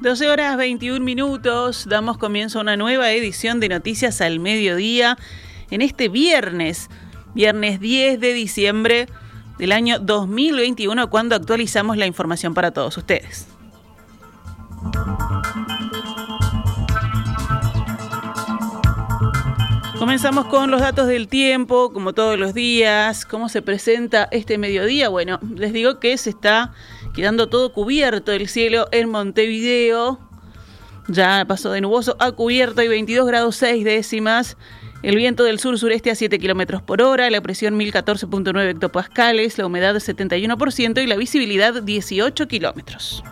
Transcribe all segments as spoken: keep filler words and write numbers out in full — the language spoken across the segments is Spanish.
doce horas veintiún minutos, damos comienzo a una nueva edición de Noticias al Mediodía en este viernes, viernes diez de diciembre del año dos mil veintiuno, cuando actualizamos la información para todos ustedes. Comenzamos con los datos del tiempo, como todos los días. ¿Cómo se presenta este mediodía? Bueno, les digo que se está quedando todo cubierto el cielo en Montevideo. Ya pasó de nuboso a cubierto, hay veintidós grados seis décimas. El viento del sur-sureste a siete kilómetros por hora, la presión mil catorce punto nueve hectopascales, la humedad setenta y uno por ciento y la visibilidad dieciocho kilómetros.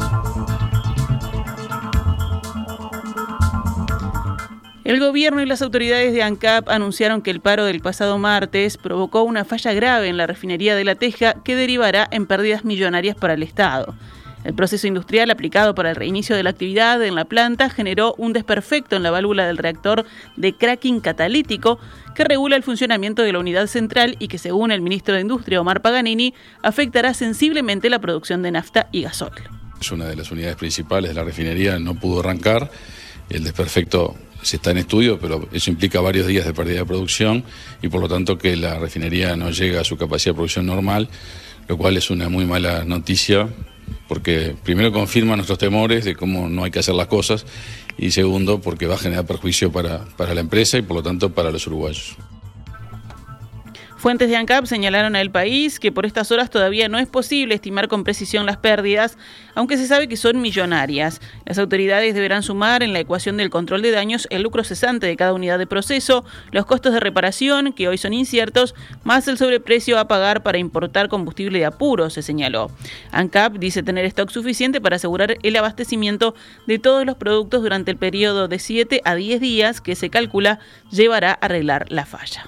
El gobierno y las autoridades de ANCAP anunciaron que el paro del pasado martes provocó una falla grave en la refinería de La Teja que derivará en pérdidas millonarias para el Estado. El proceso industrial aplicado para el reinicio de la actividad en la planta generó un desperfecto en la válvula del reactor de cracking catalítico que regula el funcionamiento de la unidad central y que, según el ministro de Industria, Omar Paganini, afectará sensiblemente la producción de nafta y gasoil. Es una de las unidades principales de la refinería, no pudo arrancar. El desperfecto se está en estudio, pero eso implica varios días de pérdida de producción y por lo tanto que la refinería no llega a su capacidad de producción normal, lo cual es una muy mala noticia porque primero confirma nuestros temores de cómo no hay que hacer las cosas y segundo porque va a generar perjuicio para, para la empresa y por lo tanto para los uruguayos. Fuentes de ANCAP señalaron a El País que por estas horas todavía no es posible estimar con precisión las pérdidas, aunque se sabe que son millonarias. Las autoridades deberán sumar en la ecuación del control de daños el lucro cesante de cada unidad de proceso, los costos de reparación, que hoy son inciertos, más el sobreprecio a pagar para importar combustible de apuro, se señaló. ANCAP dice tener stock suficiente para asegurar el abastecimiento de todos los productos durante el periodo de siete a diez días que se calcula llevará a arreglar la falla.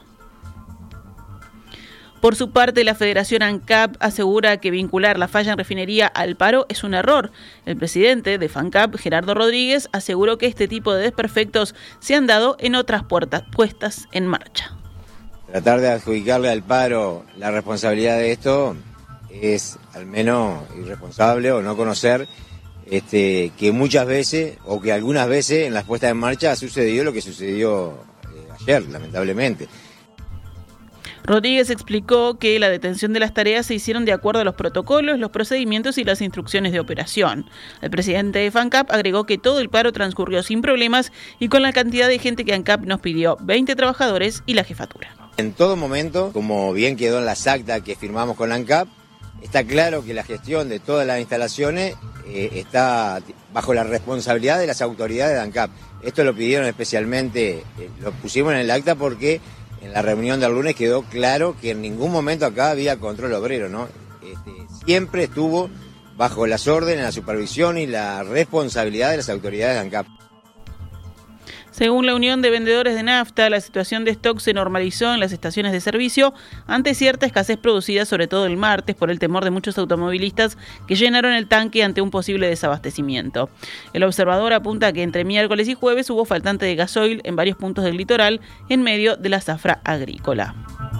Por su parte, la Federación ANCAP asegura que vincular la falla en refinería al paro es un error. El presidente de FANCAP, Gerardo Rodríguez, aseguró que este tipo de desperfectos se han dado en otras puertas puestas en marcha. Tratar de adjudicarle al paro la responsabilidad de esto es al menos irresponsable o no conocer este, que muchas veces o que algunas veces en las puestas en marcha ha sucedido lo que sucedió eh, ayer, lamentablemente. Rodríguez explicó que la detención de las tareas se hicieron de acuerdo a los protocolos, los procedimientos y las instrucciones de operación. El presidente de FANCAP agregó que todo el paro transcurrió sin problemas y con la cantidad de gente que ANCAP nos pidió, veinte trabajadores y la jefatura. En todo momento, como bien quedó en las actas que firmamos con ANCAP, está claro que la gestión de todas las instalaciones eh, está bajo la responsabilidad de las autoridades de ANCAP. Esto lo pidieron especialmente, eh, lo pusimos en el acta porque en la reunión del lunes quedó claro que en ningún momento acá había control obrero, ¿no? Este, siempre estuvo bajo las órdenes, la supervisión y la responsabilidad de las autoridades de ANCAP. Según la Unión de Vendedores de Nafta, la situación de stock se normalizó en las estaciones de servicio ante cierta escasez producida, sobre todo el martes, por el temor de muchos automovilistas que llenaron el tanque ante un posible desabastecimiento. El observador apunta a que entre miércoles y jueves hubo faltante de gasoil en varios puntos del litoral en medio de la zafra agrícola.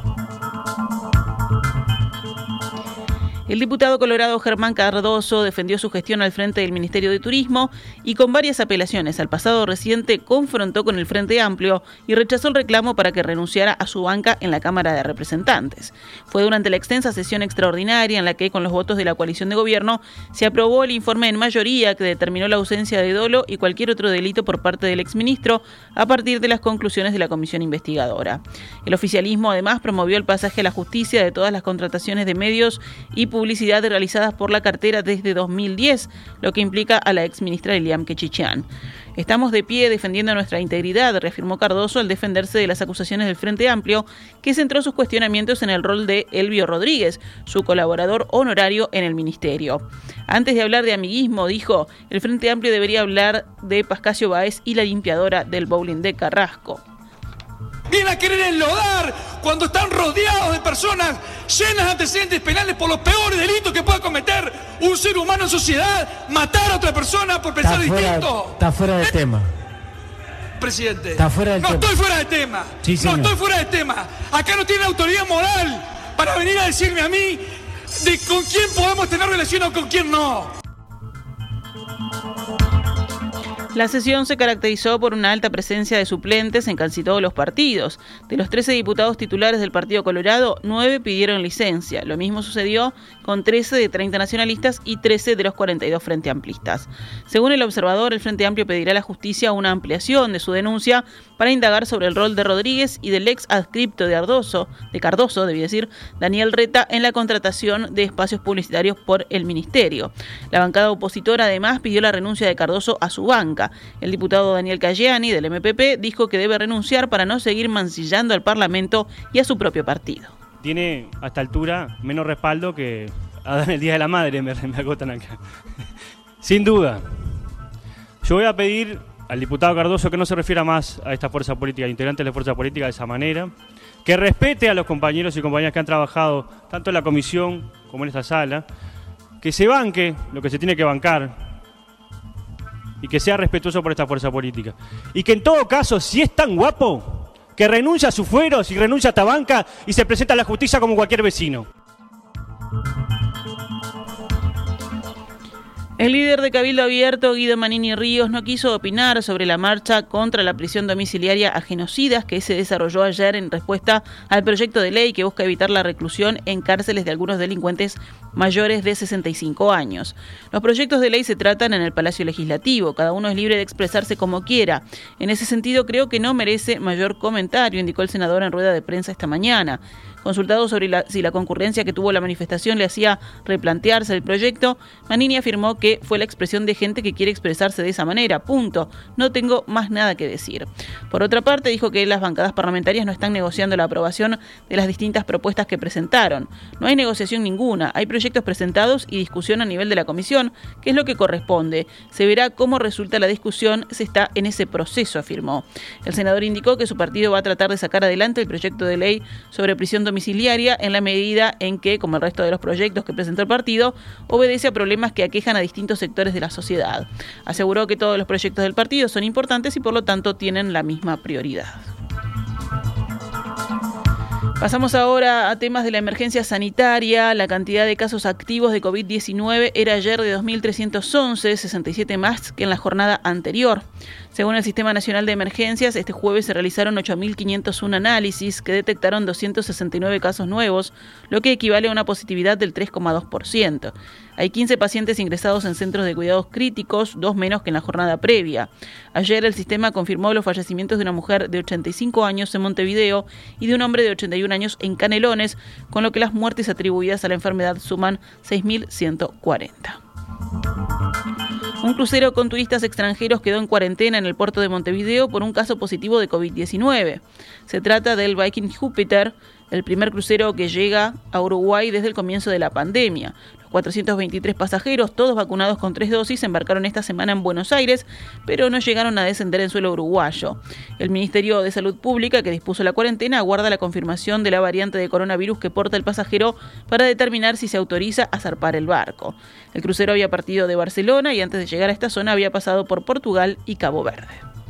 El diputado colorado Germán Cardoso defendió su gestión al frente del Ministerio de Turismo y con varias apelaciones al pasado reciente confrontó con el Frente Amplio y rechazó el reclamo para que renunciara a su banca en la Cámara de Representantes. Fue durante la extensa sesión extraordinaria en la que, con los votos de la coalición de gobierno, se aprobó el informe en mayoría que determinó la ausencia de dolo y cualquier otro delito por parte del exministro a partir de las conclusiones de la comisión investigadora. El oficialismo además promovió el pasaje a la justicia de todas las contrataciones de medios y publicidad realizadas por la cartera desde dos mil diez, lo que implica a la exministra Eliam Quechichán. Estamos de pie defendiendo nuestra integridad, reafirmó Cardoso al defenderse de las acusaciones del Frente Amplio, que centró sus cuestionamientos en el rol de Elvio Rodríguez, su colaborador honorario en el ministerio. Antes de hablar de amiguismo, dijo, el Frente Amplio debería hablar de Pascasio Báez y la limpiadora del bowling de Carrasco. Vienen a querer enlodar cuando están rodeados de personas llenas de antecedentes penales por los peores delitos que pueda cometer un ser humano en sociedad, matar a otra persona por pensar está fuera, distinto. Está fuera de tema. Presidente, está fuera del no tema. estoy fuera de tema. Sí, no estoy fuera de tema. Acá no tiene autoridad moral para venir a decirme a mí de con quién podemos tener relación o con quién no. La sesión se caracterizó por una alta presencia de suplentes en casi todos los partidos. De los trece diputados titulares del Partido Colorado, nueve pidieron licencia. Lo mismo sucedió con trece de treinta nacionalistas y trece de los cuarenta y dos frente amplistas. Según el observador, el Frente Amplio pedirá a la justicia una ampliación de su denuncia para indagar sobre el rol de Rodríguez y del ex adscripto de Ardoso, de Cardoso, debí decir, Daniel Reta, en la contratación de espacios publicitarios por el Ministerio. La bancada opositora además pidió la renuncia de Cardoso a su banca. El diputado Daniel Cayani, del M P P, dijo que debe renunciar para no seguir mancillando al Parlamento y a su propio partido. Tiene a esta altura menos respaldo que Adán el Día de la Madre, me, me acotan acá. Sin duda. Yo voy a pedir al diputado Cardoso que no se refiera más a esta fuerza política, integrante de la fuerza política de esa manera, que respete a los compañeros y compañeras que han trabajado tanto en la comisión como en esta sala, que se banque lo que se tiene que bancar, y que sea respetuoso por esta fuerza política. Y que en todo caso, si es tan guapo, que renuncie a sus fueros y renuncie a esta banca y se presenta a la justicia como cualquier vecino. El líder de Cabildo Abierto, Guido Manini Ríos, no quiso opinar sobre la marcha contra la prisión domiciliaria a genocidas que se desarrolló ayer en respuesta al proyecto de ley que busca evitar la reclusión en cárceles de algunos delincuentes mayores de sesenta y cinco años. Los proyectos de ley se tratan en el Palacio Legislativo, cada uno es libre de expresarse como quiera. En ese sentido, creo que no merece mayor comentario, indicó el senador en rueda de prensa esta mañana. Consultado sobre la, si la concurrencia que tuvo la manifestación le hacía replantearse el proyecto, Manini afirmó que fue la expresión de gente que quiere expresarse de esa manera, punto. No tengo más nada que decir. Por otra parte, dijo que las bancadas parlamentarias no están negociando la aprobación de las distintas propuestas que presentaron. No hay negociación ninguna, hay proyectos presentados y discusión a nivel de la comisión, que es lo que corresponde. Se verá cómo resulta la discusión, se está en ese proceso, afirmó. El senador indicó que su partido va a tratar de sacar adelante el proyecto de ley sobre prisión domiciliaria en la medida en que, como el resto de los proyectos que presentó el partido, obedece a problemas que aquejan a distintos sectores de la sociedad. Aseguró que todos los proyectos del partido son importantes y por lo tanto tienen la misma prioridad. Pasamos ahora a temas de la emergencia sanitaria. La cantidad de casos activos de COVID diecinueve era ayer de dos mil trescientos once, sesenta y siete más que en la jornada anterior. Según el Sistema Nacional de Emergencias, este jueves se realizaron ocho mil quinientos uno análisis que detectaron doscientos sesenta y nueve casos nuevos, lo que equivale a una positividad del tres coma dos por ciento. Hay quince pacientes ingresados en centros de cuidados críticos, dos menos que en la jornada previa. Ayer el sistema confirmó los fallecimientos de una mujer de ochenta y cinco años en Montevideo y de un hombre de ochenta y un años en Canelones, con lo que las muertes atribuidas a la enfermedad suman seis mil ciento cuarenta. Un crucero con turistas extranjeros quedó en cuarentena en el puerto de Montevideo por un caso positivo de COVID diecinueve. Se trata del Viking Júpiter, el primer crucero que llega a Uruguay desde el comienzo de la pandemia. Los cuatrocientos veintitrés pasajeros, todos vacunados con tres dosis, embarcaron esta semana en Buenos Aires, pero no llegaron a descender en suelo uruguayo. El Ministerio de Salud Pública, que dispuso la cuarentena, aguarda la confirmación de la variante de coronavirus que porta el pasajero para determinar si se autoriza a zarpar el barco. El crucero había partido de Barcelona y antes de llegar a esta zona había pasado por Portugal y Cabo Verde.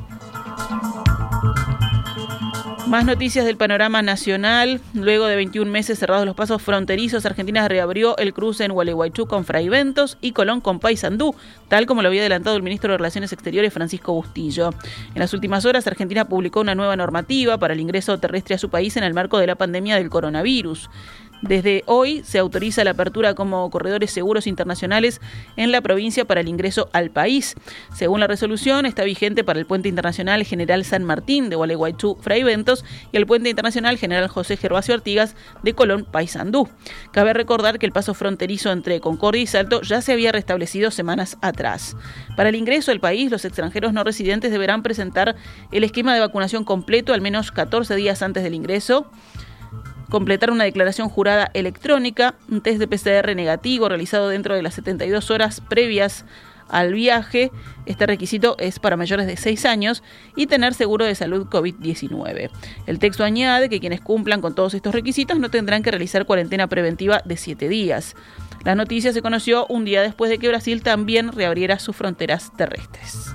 Más noticias del panorama nacional. Luego de veintiún meses cerrados los pasos fronterizos, Argentina reabrió el cruce en Gualeguaychú con Fray Ventos y Colón con Paysandú, tal como lo había adelantado el ministro de Relaciones Exteriores, Francisco Bustillo. En las últimas horas, Argentina publicó una nueva normativa para el ingreso terrestre a su país en el marco de la pandemia del coronavirus. Desde hoy se autoriza la apertura como corredores seguros internacionales en la provincia para el ingreso al país. Según la resolución, está vigente para el puente internacional General San Martín de Gualeguaychú, Fray Ventos y el puente internacional General José Gervasio Artigas de Colón, Paysandú. Cabe recordar que el paso fronterizo entre Concordia y Salto ya se había restablecido semanas atrás. Para el ingreso al país, los extranjeros no residentes deberán presentar el esquema de vacunación completo al menos catorce días antes del ingreso, completar una declaración jurada electrónica, un test de P C R negativo realizado dentro de las setenta y dos horas previas al viaje. Este requisito es para mayores de seis años y tener seguro de salud COVID diecinueve. El texto añade que quienes cumplan con todos estos requisitos no tendrán que realizar cuarentena preventiva de siete días. La noticia se conoció un día después de que Brasil también reabriera sus fronteras terrestres.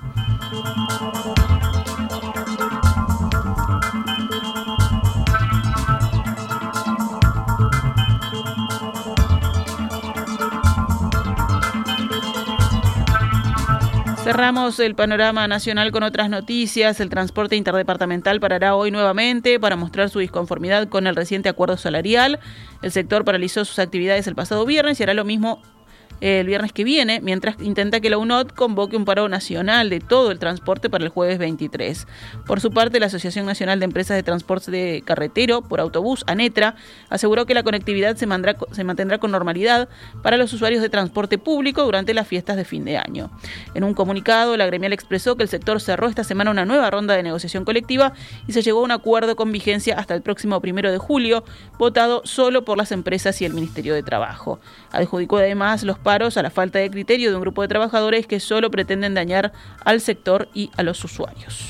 Cerramos el panorama nacional con otras noticias. El transporte interdepartamental parará hoy nuevamente para mostrar su disconformidad con el reciente acuerdo salarial. El sector paralizó sus actividades el pasado viernes y hará lo mismo el viernes que viene, mientras intenta que la U N O D convoque un paro nacional de todo el transporte para el jueves veintitrés. Por su parte, la Asociación Nacional de Empresas de Transporte de Carretero por Autobús, ANETRA, aseguró que la conectividad se, mandrá, se mantendrá con normalidad para los usuarios de transporte público durante las fiestas de fin de año. En un comunicado, la gremial expresó que el sector cerró esta semana una nueva ronda de negociación colectiva y se llegó a un acuerdo con vigencia hasta el próximo primero de julio, votado solo por las empresas y el Ministerio de Trabajo. Adjudicó además los paros a la falta de criterio de un grupo de trabajadores que solo pretenden dañar al sector y a los usuarios.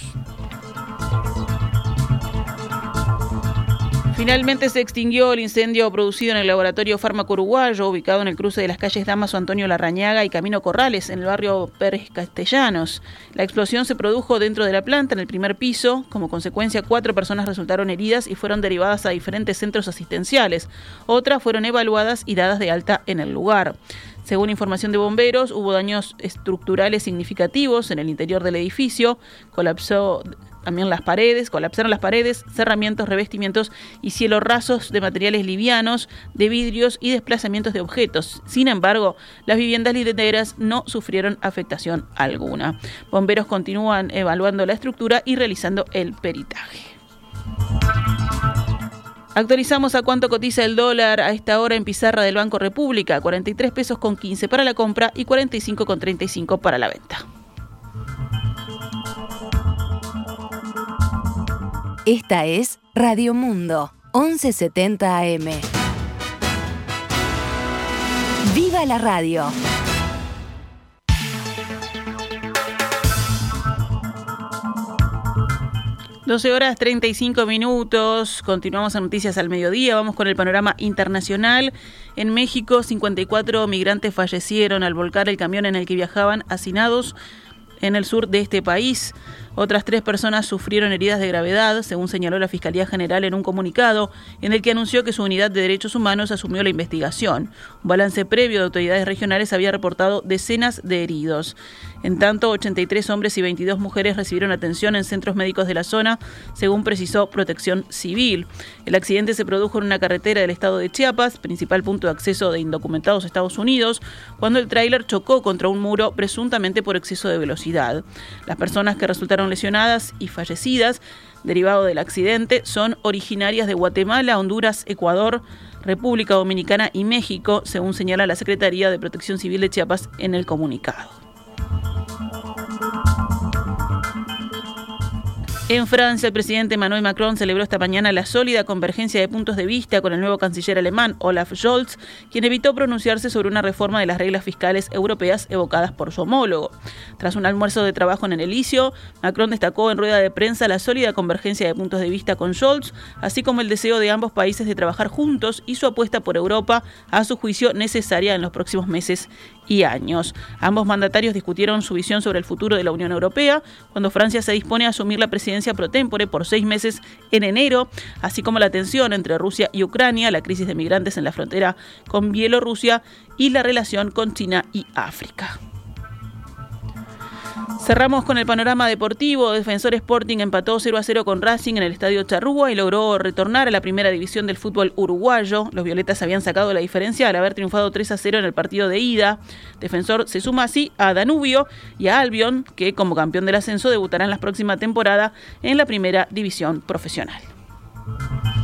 Finalmente se extinguió el incendio producido en el laboratorio Fármaco Uruguayo, ubicado en el cruce de las calles Damaso Antonio Larrañaga y Camino Corrales, en el barrio Pérez Castellanos. La explosión se produjo dentro de la planta, en el primer piso. Como consecuencia, cuatro personas resultaron heridas y fueron derivadas a diferentes centros asistenciales. Otras fueron evaluadas y dadas de alta en el lugar. Según información de bomberos, hubo daños estructurales significativos en el interior del edificio, colapsó también las paredes, colapsaron las paredes, cerramientos, revestimientos y cielos rasos de materiales livianos, de vidrios y desplazamientos de objetos. Sin embargo, las viviendas literas no sufrieron afectación alguna. Bomberos continúan evaluando la estructura y realizando el peritaje. Actualizamos a cuánto cotiza el dólar a esta hora en pizarra del Banco República, cuarenta y tres pesos con quince para la compra y cuarenta y cinco con treinta y cinco para la venta. Esta es Radio Mundo, once setenta A M. ¡Viva la radio! doce horas treinta y cinco minutos, continuamos en Noticias al Mediodía, vamos con el panorama internacional. En México, cincuenta y cuatro migrantes fallecieron al volcar el camión en el que viajaban hacinados en el sur de este país. Otras tres personas sufrieron heridas de gravedad, según señaló la Fiscalía General en un comunicado en el que anunció que su unidad de derechos humanos asumió la investigación. Un balance previo de autoridades regionales había reportado decenas de heridos. En tanto, ochenta y tres hombres y veintidós mujeres recibieron atención en centros médicos de la zona, según precisó Protección Civil. El accidente se produjo en una carretera del estado de Chiapas, principal punto de acceso de indocumentados a Estados Unidos, cuando el tráiler chocó contra un muro, presuntamente por exceso de velocidad. Las personas que resultaron lesionadas y fallecidas derivado del accidente son originarias de Guatemala, Honduras, Ecuador, República Dominicana y México, según señala la Secretaría de Protección Civil de Chiapas en el comunicado. En Francia, el presidente Emmanuel Macron celebró esta mañana la sólida convergencia de puntos de vista con el nuevo canciller alemán Olaf Scholz, quien evitó pronunciarse sobre una reforma de las reglas fiscales europeas evocadas por su homólogo. Tras un almuerzo de trabajo en el Elíseo, Macron destacó en rueda de prensa la sólida convergencia de puntos de vista con Scholz, así como el deseo de ambos países de trabajar juntos y su apuesta por Europa, a su juicio necesaria en los próximos meses y años. Ambos mandatarios discutieron su visión sobre el futuro de la Unión Europea, cuando Francia se dispone a asumir la presidencia pro tempore por seis meses en enero, así como la tensión entre Rusia y Ucrania, la crisis de migrantes en la frontera con Bielorrusia y la relación con China y África. Cerramos con el panorama deportivo. Defensor Sporting empató cero a cero con Racing en el Estadio Charrúa y logró retornar a la primera división del fútbol uruguayo. Los violetas habían sacado la diferencia al haber triunfado tres a cero en el partido de ida. Defensor se suma así a Danubio y a Albion, que como campeón del ascenso debutarán la próxima temporada en la primera división profesional.